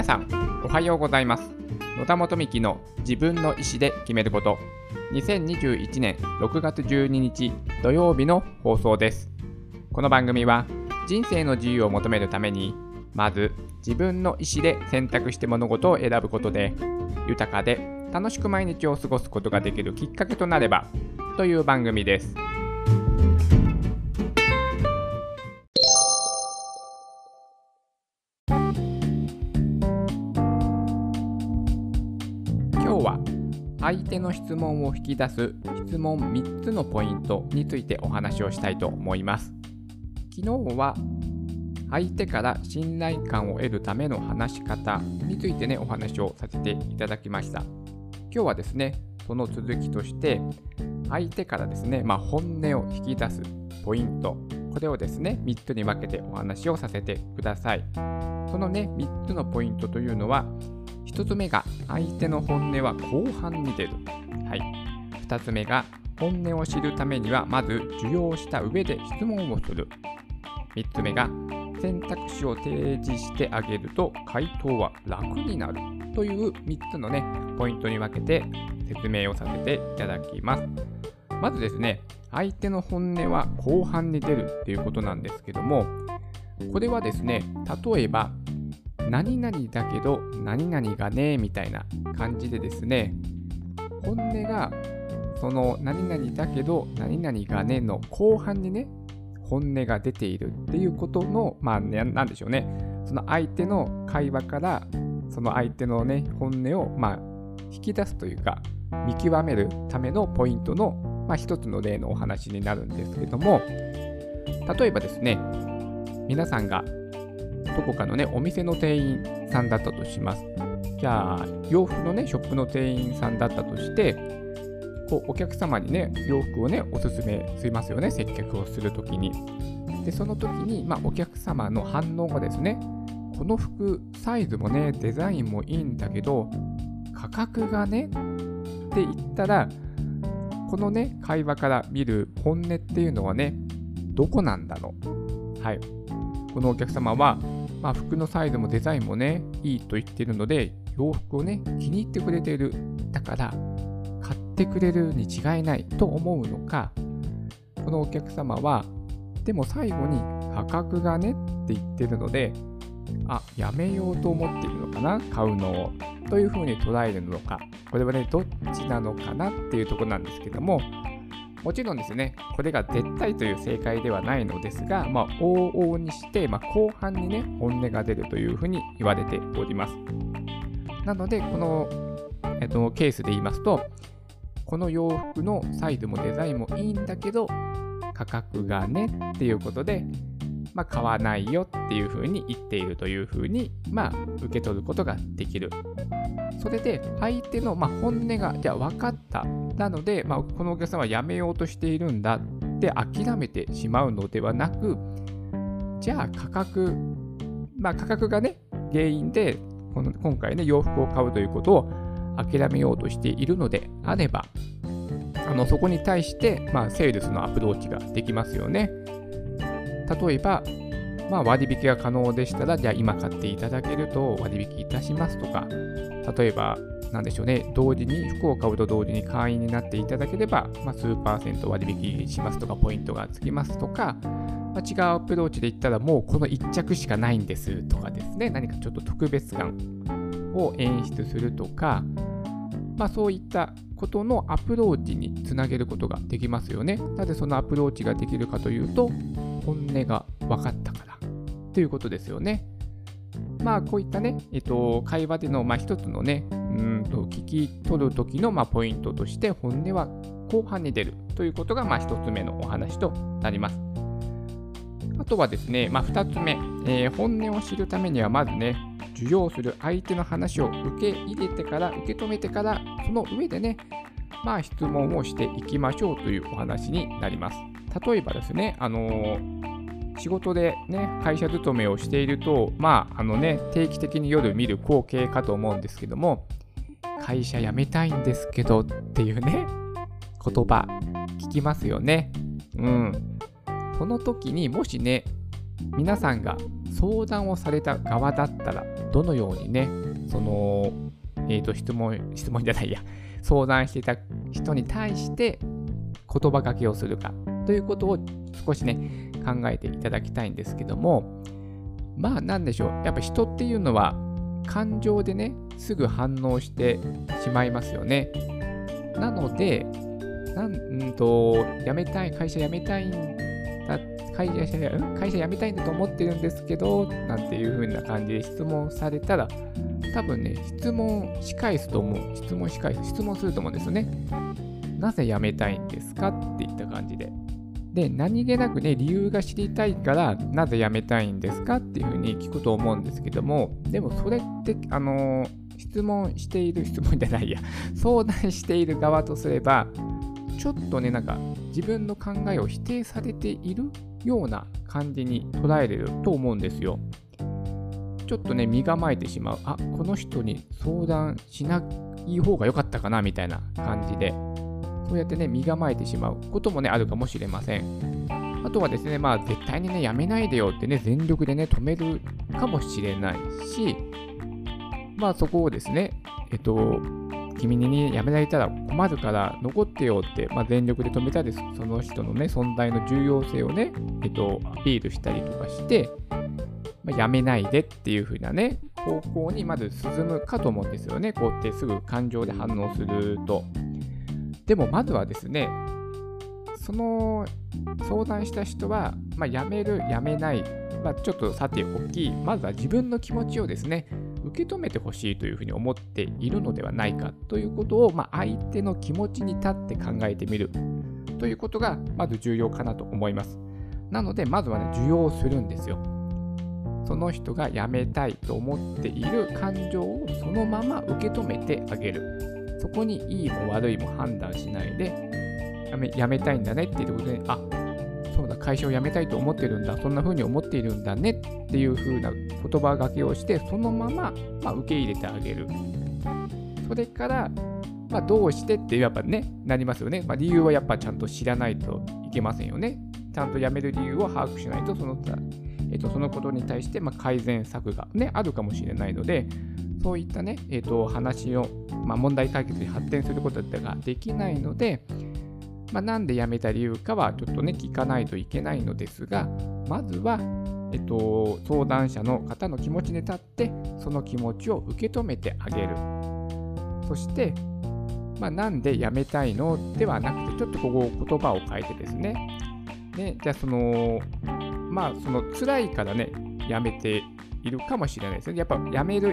さん、おはようございます。野田元幹の自分の意思で決めること。2021年6月12日土曜日の放送です。この番組は人生の自由を求めるために、まず自分の意思で選択して物事を選ぶことで、豊かで楽しく毎日を過ごすことができるきっかけとなればという番組です。今日は相手の質問を引き出す質問3つのポイントについてお話をしたいと思います。昨日は相手から信頼感を得るための話し方についてお話をさせていただきました。今日はですね、その続きとして相手からですね、本音を引き出すポイント、これをですね、3つに分けてお話をさせてください。その3つのポイントというのは、1つ目が相手の本音は後半に出る。2つ目が本音を知るためにはまず受容した上で質問をする。3つ目が選択肢を提示してあげると回答は楽になるという3つのポイントに分けて説明をさせていただきます。まずですね、相手の本音は後半に出るっていうことなんですけども、これはですね、例えば何々だけど何々がねみたいな感じでですね、本音がその何々だけど何々がねの後半に本音が出ているっていうことのなんでしょうね、その相手の会話からその相手の本音を引き出すというか見極めるためのポイントの一つの例のお話になるんですけども、例えばですね、皆さんがどこかのお店の店員さんだったとします。じゃあ洋服のショップの店員さんだったとして、お客様に洋服をおすすめしますよね、接客をするときに。でその時にお客様の反応がですね、この服サイズもデザインもいいんだけど価格がって言ったら、この会話から見る本音っていうのはどこなんだろう。このお客様は服のサイズもデザインもいいと言っているので、洋服を気に入ってくれている。だから買ってくれるに違いないと思うのか、このお客様はでも最後に価格がって言ってるので、やめようと思っているのかな、買うのをというふうに捉えるのか、これはどっちなのかなっていうところなんですけども、もちろんですね、これが絶対という正解ではないのですが、往々にして、後半に本音が出るというふうに言われております。なので、この、ケースで言いますと、この洋服のサイズもデザインもいいんだけど、価格がっていうことで、買わないよっていうふうに言っているというふうに、受け取ることができる。それで相手の本音がじゃあ分かった。なので、このお客さんはやめようとしているんだって諦めてしまうのではなく、じゃあ価格が原因で今回洋服を買うということを諦めようとしているのであれば、そこに対して、セールスのアプローチができますよね。例えば、割引が可能でしたら、じゃあ今買っていただけると割引いたしますとか、例えば、同時に服を買うと同時に会員になっていただければ、数%割引しますとか、ポイントがつきますとか、違うアプローチで言ったら、もうこの1着しかないんですとかですね、何かちょっと特別感を演出するとか、そういったことのアプローチにつなげることができますよね。なぜそのアプローチができるかというと、本音が分かったからということですよね。こういった会話での一つの聞き取る時のポイントとして、本音は後半に出るということが一つ目のお話となります。あとはですね、二つ目、本音を知るためにはまず受容する相手の話を受け止めてから、その上で質問をしていきましょうというお話になります。例えばですね、仕事で会社勤めをしていると、定期的に夜見る光景かと思うんですけども、会社辞めたいんですけどっていう言葉聞きますよね。その時にもし皆さんが相談をされた側だったらどのようにね、その、質問じゃないや、相談していた人に対して言葉かけをするかということを少しね、考えていただきたいんですけども、まあなんでしょう、やっぱ人っていうのは感情でね、すぐ反応してしまいますよね。なので、会社辞めたいんだ、会社辞めたいんだと思ってるんですけど、なんていう風な感じで質問されたら、多分ね、質問すると思うんですよね。なぜ辞めたいんですかっていった感じで。で、何気なくね、理由が知りたいから、なぜ辞めたいんですかっていう風に聞くと思うんですけども、でもそれって、相談している側とすれば、ちょっとね、なんか自分の考えを否定されているような感じに捉えれると思うんですよ。ちょっとね、身構えてしまう。この人に相談しない方が良かったかなみたいな感じで、そうやってね、身構えてしまうこともね、あるかもしれません。あとはですね、絶対にね、やめないでよってね、全力でね、止めるかもしれないし、そこをですね、君にね、やめられたら困るから残ってよって、全力で止めたり、その人のね、存在の重要性をね、アピールしたりとかして、やめないでっていう風なね、方向にまず進むかと思うんですよね。こうやってすぐ感情で反応すると。でもまずはですね、その相談した人は、やめる、やめない、ちょっとさておき、まずは自分の気持ちをですね、受け止めてほしいというふうに思っているのではないかということを、相手の気持ちに立って考えてみるということがまず重要かなと思います。なので、まずはね、受容するんですよ。その人が辞めたいと思っている感情をそのまま受け止めてあげる。そこにいいも悪いも判断しないで、辞めたいんだねっていうことで、そうだ、会社を辞めたいと思ってるんだ、そんな風に思っているんだねっていう風な言葉がけをして、そのまま、受け入れてあげる。それから、どうしてってやっぱね、なりますよね。理由はやっぱちゃんと知らないといけませんよね。ちゃんと辞める理由を把握しないと、そのことに対して改善策が、ね、あるかもしれないので、そういったね、話を、問題解決に発展することができないので、なんで辞めた理由かはちょっとね、聞かないといけないのですが、まずは、相談者の方の気持ちに立って、その気持ちを受け止めてあげる。そして、なんで辞めたいのではなくて、ちょっとここ言葉を変えてですね、じゃあその辛いからね、辞めているかもしれないですね。やっぱ辞める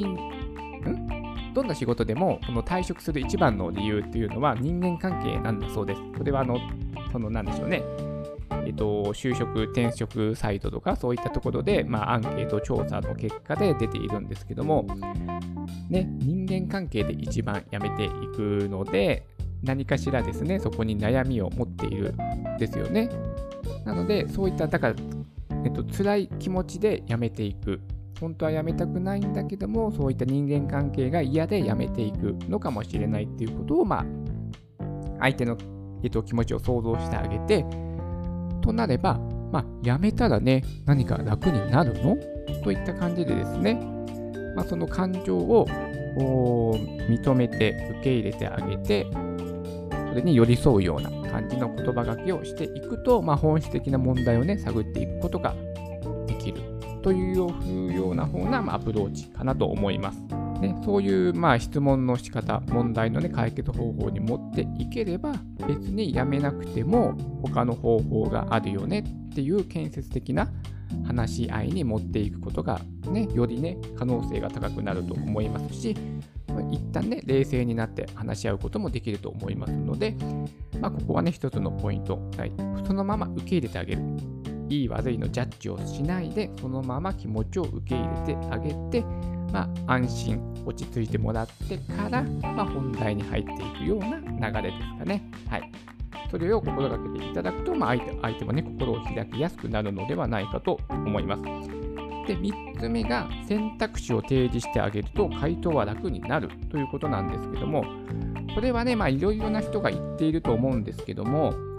どんな仕事でもこの退職する一番の理由っていうのは人間関係なんだそうです。これはなんでしょうね。就職、転職サイトとかそういったところで、アンケート調査の結果で出ているんですけども、ね、人間関係で一番辞めていくので、何かしらですね、そこに悩みを持っているんですよね。なので、そういった、だから、辛い気持ちで辞めていく。本当は辞めたくないんだけども、そういった人間関係が嫌で辞めていくのかもしれないっていうことを、相手の、気持ちを想像してあげて、となれば、辞めたらね、何か楽になるのといった感じでですね、その感情を認めて受け入れてあげて、それに寄り添うような感じの言葉がけをしていくと、本質的な問題をね、探っていくことができるというような方な、アプローチかなと思います。ね、そういう、質問の仕方、問題の、ね、解決方法に持っていければ、別にやめなくても他の方法があるよねっていう建設的な話し合いに持っていくことが、ね、よりね、可能性が高くなると思いますし、一旦ね、冷静になって話し合うこともできると思いますので、ここはね、一つのポイント。そのまま受け入れてあげる。いい悪いのジャッジをしないで、そのまま気持ちを受け入れてあげて、安心、落ち着いてもらってから、本題に入っていくような流れですかね。はい。それを心がけていただくと、相手もね、心を開きやすくなるのではないかと思います。で、3つ目が選択肢を提示してあげると回答は楽になるということなんですけども、これはね、いろいろな人が言っていると思うんですけども、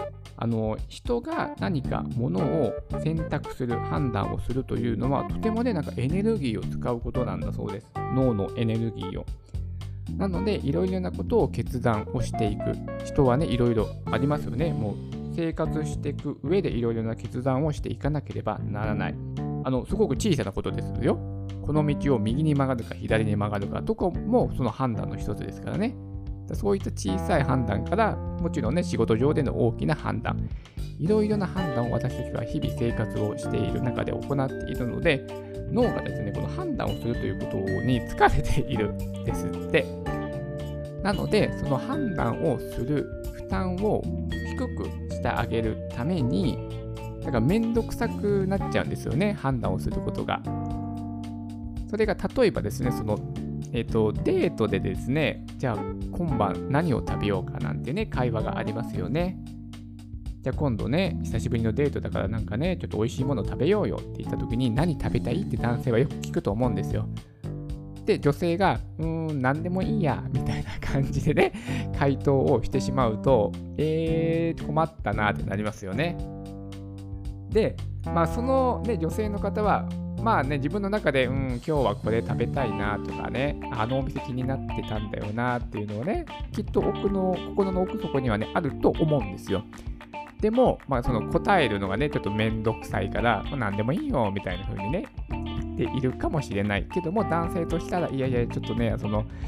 人が何かものを選択する、判断をするというのはとてもね、なんかエネルギーを使うことなんだそうです。脳のエネルギーを。なので、いろいろなことを決断をしていく。人はね、いろいろありますよね。もう生活していく上でいろいろな決断をしていかなければならない。すごく小さなことですよ。この道を右に曲がるか左に曲がるかとかもその判断の一つですからね。そういった小さい判断から、もちろんね、仕事上での大きな判断、いろいろな判断を私たちは日々生活をしている中で行っているので、脳がですね、この判断をするということに疲れているんですって。なので、その判断をする負担を低くしてあげるために、だからめんどくさくなっちゃうんですよね、判断をすることが。それが例えばですね、デートでですね、じゃあ今晩何を食べようかなんてね、会話がありますよね。じゃあ今度ね、久しぶりのデートだからなんかね、ちょっと美味しいもの食べようよって言った時に、何食べたいって男性はよく聞くと思うんですよ。で、女性が、何でもいいや、みたいな感じでね、回答をしてしまうと、困ったなってなりますよね。で、そのね、女性の方は、自分の中で、今日はこれ食べたいなとかね、あのお店気になってたんだよなっていうのをね、きっと心の奥底にはね、あると思うんですよ。でも、その答えるのがね、ちょっとめんどくさいから、何でもいいよみたいな風にね、言っているかもしれないけども、男性としたら、いやいや、ちょっとね、久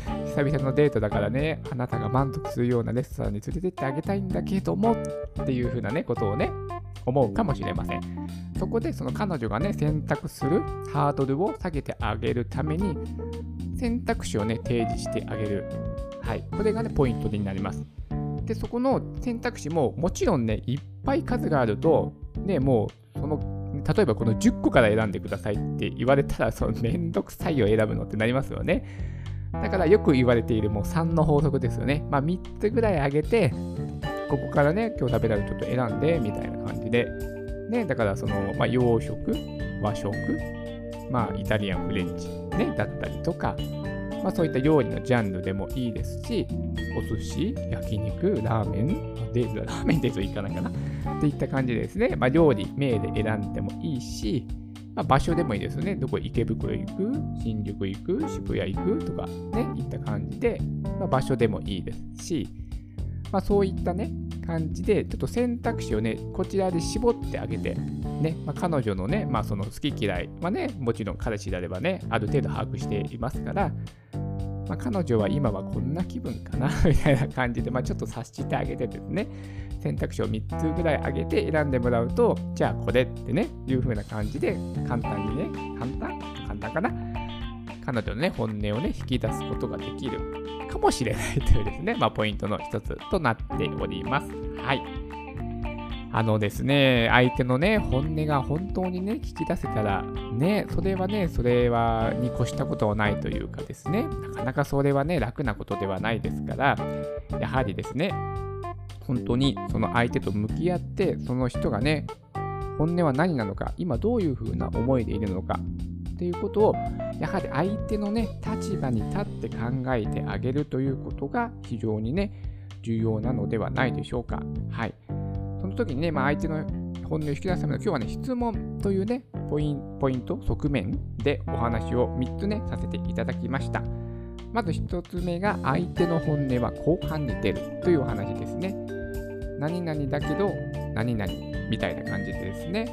々のデートだからね、あなたが満足するようなレストランに連れてってあげたいんだけども、っていう風なね、ことをね、思うかもしれません。そこでその彼女がね、選択するハードルを下げてあげるために、選択肢をね、提示してあげる。はい。これがね、ポイントになります。で、そこの選択肢ももちろんね、いっぱい数があると、ね、もう、例えばこの10個から選んでくださいって言われたら、めんどくさいを選ぶのってなりますよね。だからよく言われているもう3の法則ですよね。3つぐらいあげて、ここからね、今日食べたらちょっと選んで、みたいな感じで。ね、だから洋食、和食、イタリアン、フレンチ、ね、だったりとか、そういった料理のジャンルでもいいですし、お寿司、焼肉、ラーメン、ラーメンデートいかないかなっていった感じでですね、料理、名で選んでもいいし、場所でもいいですよね。どこ池袋行く、新宿行く、渋谷行くとかね、いった感じで、場所でもいいですし、そういったね、感じで、ちょっと選択肢をね、こちらで絞ってあげて、ね、彼女のね、その好き嫌いはね、もちろん彼氏であればね、ある程度把握していますから、彼女は今はこんな気分かなみたいな感じで、ちょっと察してあげてですね、選択肢を3つぐらい上げて選んでもらうと、じゃあこれってね、いう風な感じで、簡単にね、簡単かな、彼女のね、本音をね、引き出すことができるかもしれないというですね、ポイントの一つとなっております。はい。ですね、相手のね、本音が本当にね、聞き出せたら、ね、それはに越したことはないというかですね、なかなかそれはね、楽なことではないですから、やはりですね、本当にその相手と向き合って、その人がね、本音は何なのか、今どういうふうな思いでいるのか、っていうことを、やはり相手のね、立場に立って考えてあげるということが非常にね、重要なのではないでしょうか。はい。その時にね、相手の本音を引き出すための今日はね、質問というね、ポイント、側面でお話を3つね、させていただきました。まず1つ目が、相手の本音は後半に出るというお話ですね。何々だけど、何々みたいな感じでですね。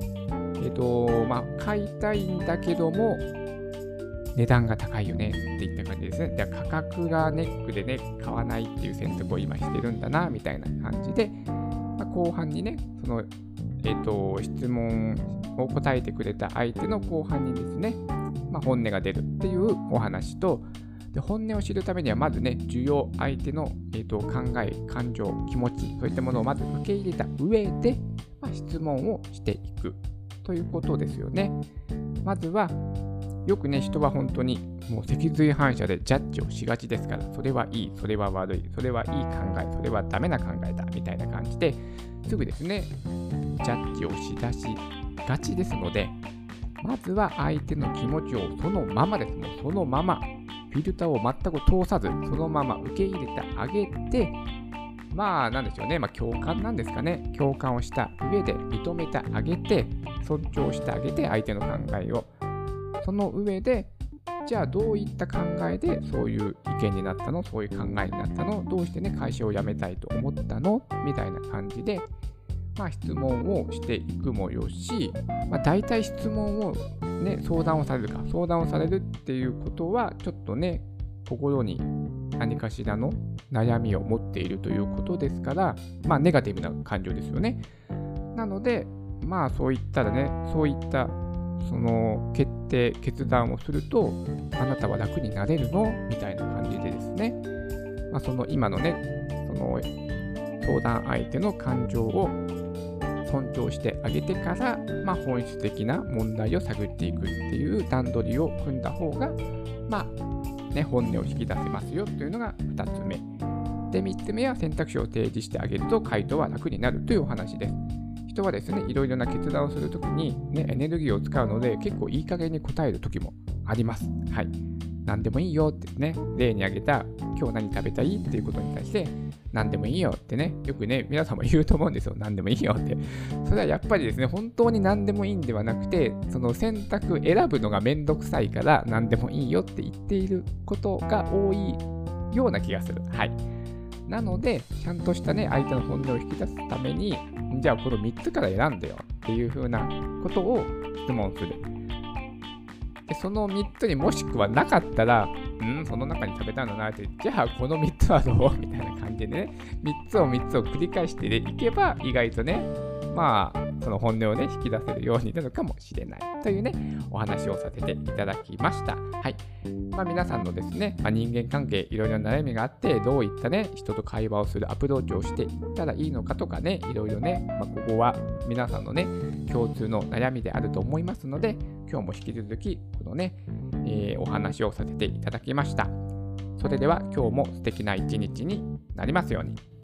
買いたいんだけども、値段が高いよねっていった感じですね。価格がネックでね、買わないっていう選択を今してるんだな、みたいな感じで、後半にね、その、質問を答えてくれた相手の後半にですね、本音が出るっていうお話と、で本音を知るためにはまずね、相手の、考え、感情、気持ち、そういったものをまず受け入れた上で、質問をしていくということですよね。まずは、よくね、人は本当にもう脊髄反射でジャッジをしがちですから、それはいい、それは悪い、それはいい考え、それはダメな考えだ、みたいな感じで、すぐですね、ジャッジをしだしがちですので、まずは相手の気持ちをそのままです。もうそのまま、フィルターを全く通さず、そのまま受け入れてあげて、 なんでしょうね、共感なんですかね。共感をした上で認めてあげて、尊重してあげて、相手の考えを。その上で、じゃあどういった考えでそういう意見になったの、そういう考えになったの、どうしてね、会社を辞めたいと思ったのみたいな感じで、質問をしていくもよし、大体質問をね、相談をされるっていうことは、ちょっとね、心に何かしらの悩みを持っているということですから、ネガティブな感情ですよね。なので、そういったその決断をすると、あなたは楽になれるのみたいな感じでですね、その今のね、その相談相手の感情を尊重してあげてから、本質的な問題を探っていくっていう段取りを組んだ方が、本音を引き出せますよというのが2つ目。で、3つ目は選択肢を提示してあげると回答は楽になるというお話です。人はですね、いろいろな決断をするときに、エネルギーを使うので、結構いい加減に答えるときもあります。はい。何でもいいよってね、例に挙げた、今日何食べたいっていうことに対して、何でもいいよってね、よくね、皆さんも言うと思うんですよ。何でもいいよって。それはやっぱりですね、本当に何でもいいんではなくて、その選択選ぶのがめんどくさいから、何でもいいよって言っていることが多いような気がする。はい。なので、ちゃんとしたね、相手の本音を引き出すために、じゃあこの3つから選んでよっていう風なことを質問する。で、その3つにもしくはなかったら、その中に食べたいのなって、じゃあこの3つはどうみたいな感じでね、3つを繰り返していけば、意外とね、その本音をね、引き出せるようになるかもしれないというね、お話をさせていただきました。はい。皆さんのですね、人間関係、いろいろな悩みがあって、どういったね、人と会話をするアプローチをしていったらいいのかとかね、いろいろね、ここは皆さんのね、共通の悩みであると思いますので、今日も引き続き、このね、お話をさせていただきました。それでは今日も素敵な一日になりますように。